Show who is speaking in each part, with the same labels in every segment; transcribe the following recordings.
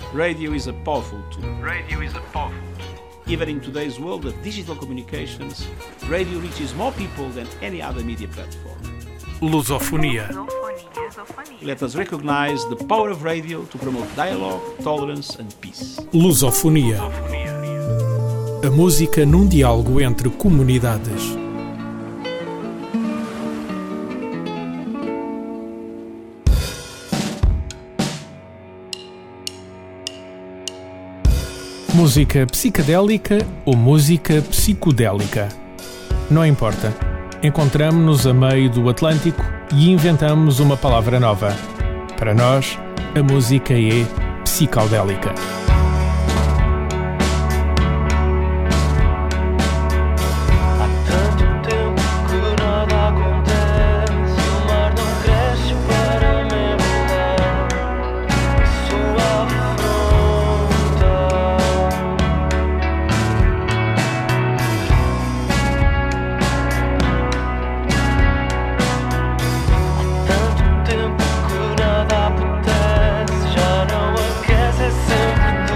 Speaker 1: Radio is a powerful tool. Even in today's world of digital communications, radio reaches more people than any other media platform.
Speaker 2: Lusofonia.
Speaker 1: Let us recognize the power of radio to promote dialogue, tolerance and peace.
Speaker 2: Lusofonia. A música num diálogo entre comunidades. Música psicadélica ou música psicodélica? Não importa. Encontramo-nos a meio do Atlântico e inventamos uma palavra nova. Para nós, a música é psicodélica.
Speaker 3: Sempre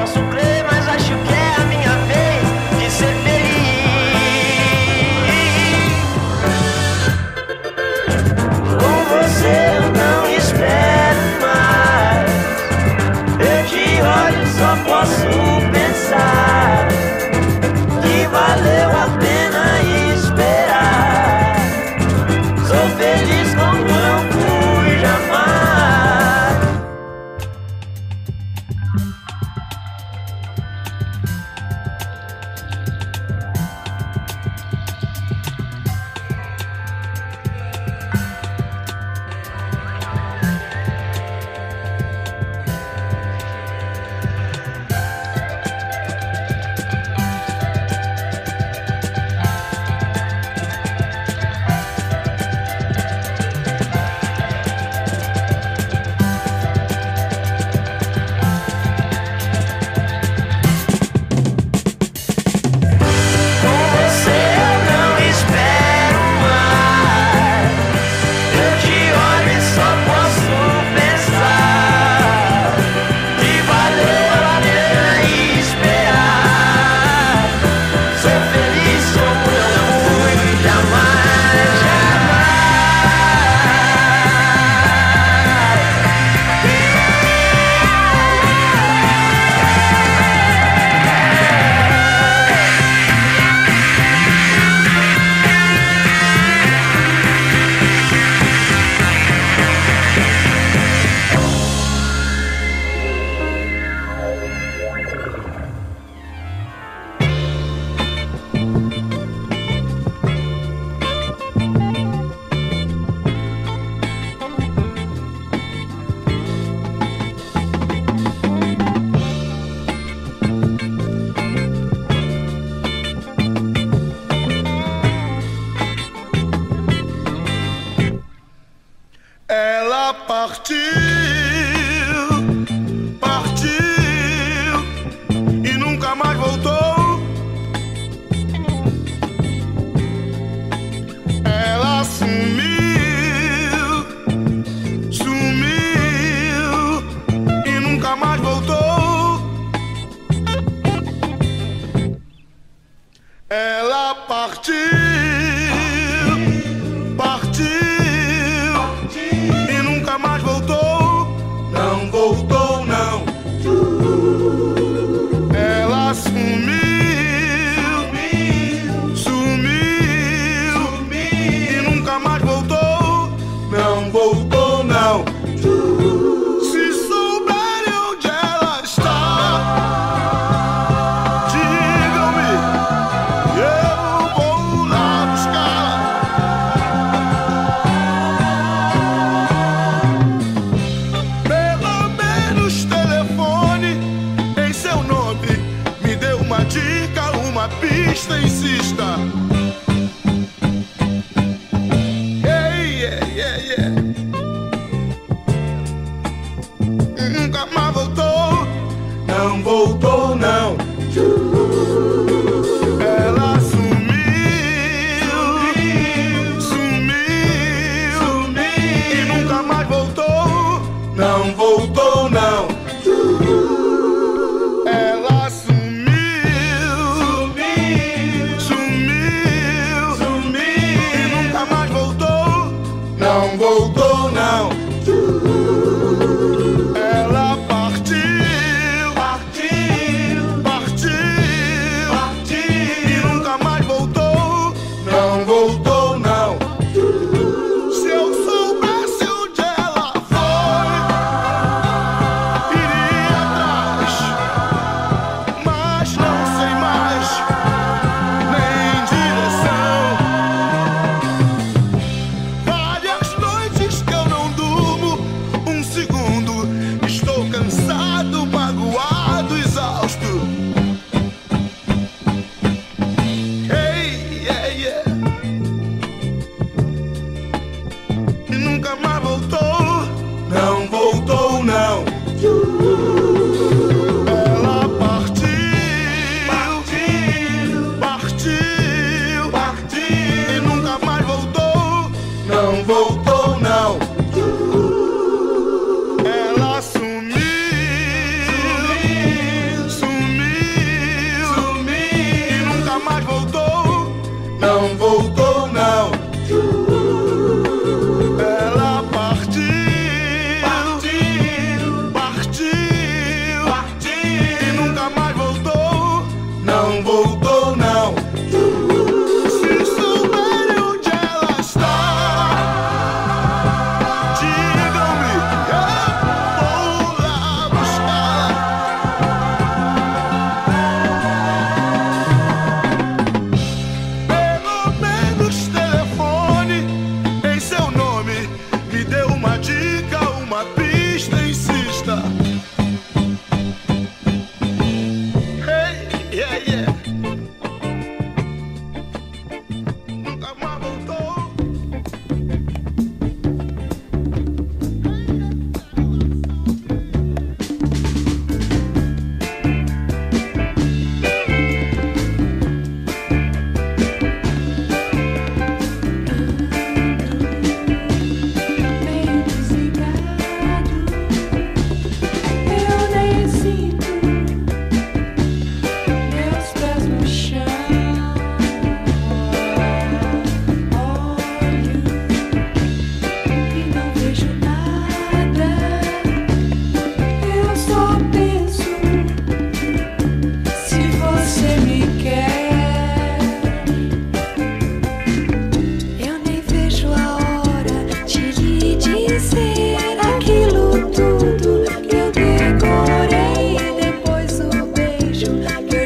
Speaker 3: posso crer, mas acho que é a minha vez de ser feliz. Com você eu não espero mais. Eu te olho, só posso pensar que valeu a pena esperar. Sou feliz como não fui jamais.
Speaker 4: Ela partiu, partiu e nunca mais voltou. Ela sumiu, sumiu e nunca mais voltou. Ela partiu, partiu e nunca mais voltou. Não voltou, não. Ela sumiu, sumiu e nunca mais voltou. Não voltou, não. Se souberem onde ela está, digam-me, eu vou lá buscar. Pelo menos telefone em seu nome, me dê uma dica, uma pista, insista. Nunca mais voltou, não voltou, não. Ela sumiu, sumiu e nunca mais voltou, não voltou, não. Ela sumiu, sumiu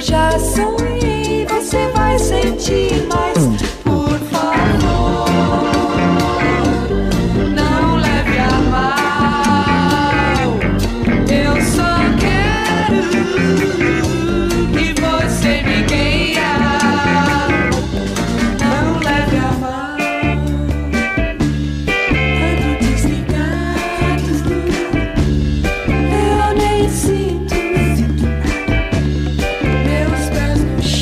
Speaker 5: já sonhei, você vai sentir mais. Por favor, não leve a mal. Eu só quero que você me queira. Não leve a mal. Ando desligado, eu nem sinto meus pés no chão.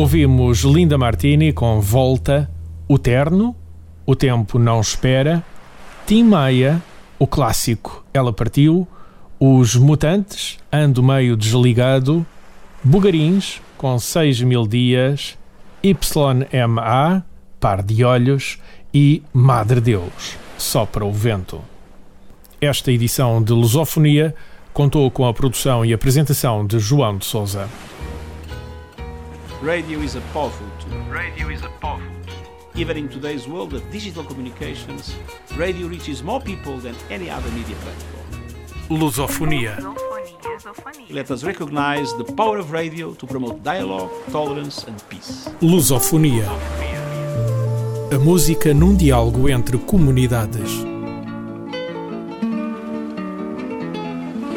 Speaker 2: Ouvimos Linda Martini com Volta, O Terno, O Tempo Não Espera, Tim Maia, o clássico Ela Partiu, Os Mutantes, Ando Meio Desligado, Bugarins com 6.000 Dias, YMA, Par de Olhos e Madre Deus, Sopra o Vento. Esta edição de Lusofonia contou com a produção e apresentação de João de Sousa.
Speaker 1: Radio is a powerful tool. Radio is a powerful tool. Even in today's world of digital communications, radio reaches more people than any other media platform.
Speaker 2: Lusofonia.
Speaker 1: Let us recognize the power of radio to promote dialogue, tolerance and peace.
Speaker 2: Lusofonia. A música num diálogo entre comunidades.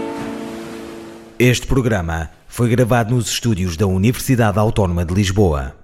Speaker 6: Este programa foi gravado nos estúdios da Universidade Autónoma de Lisboa.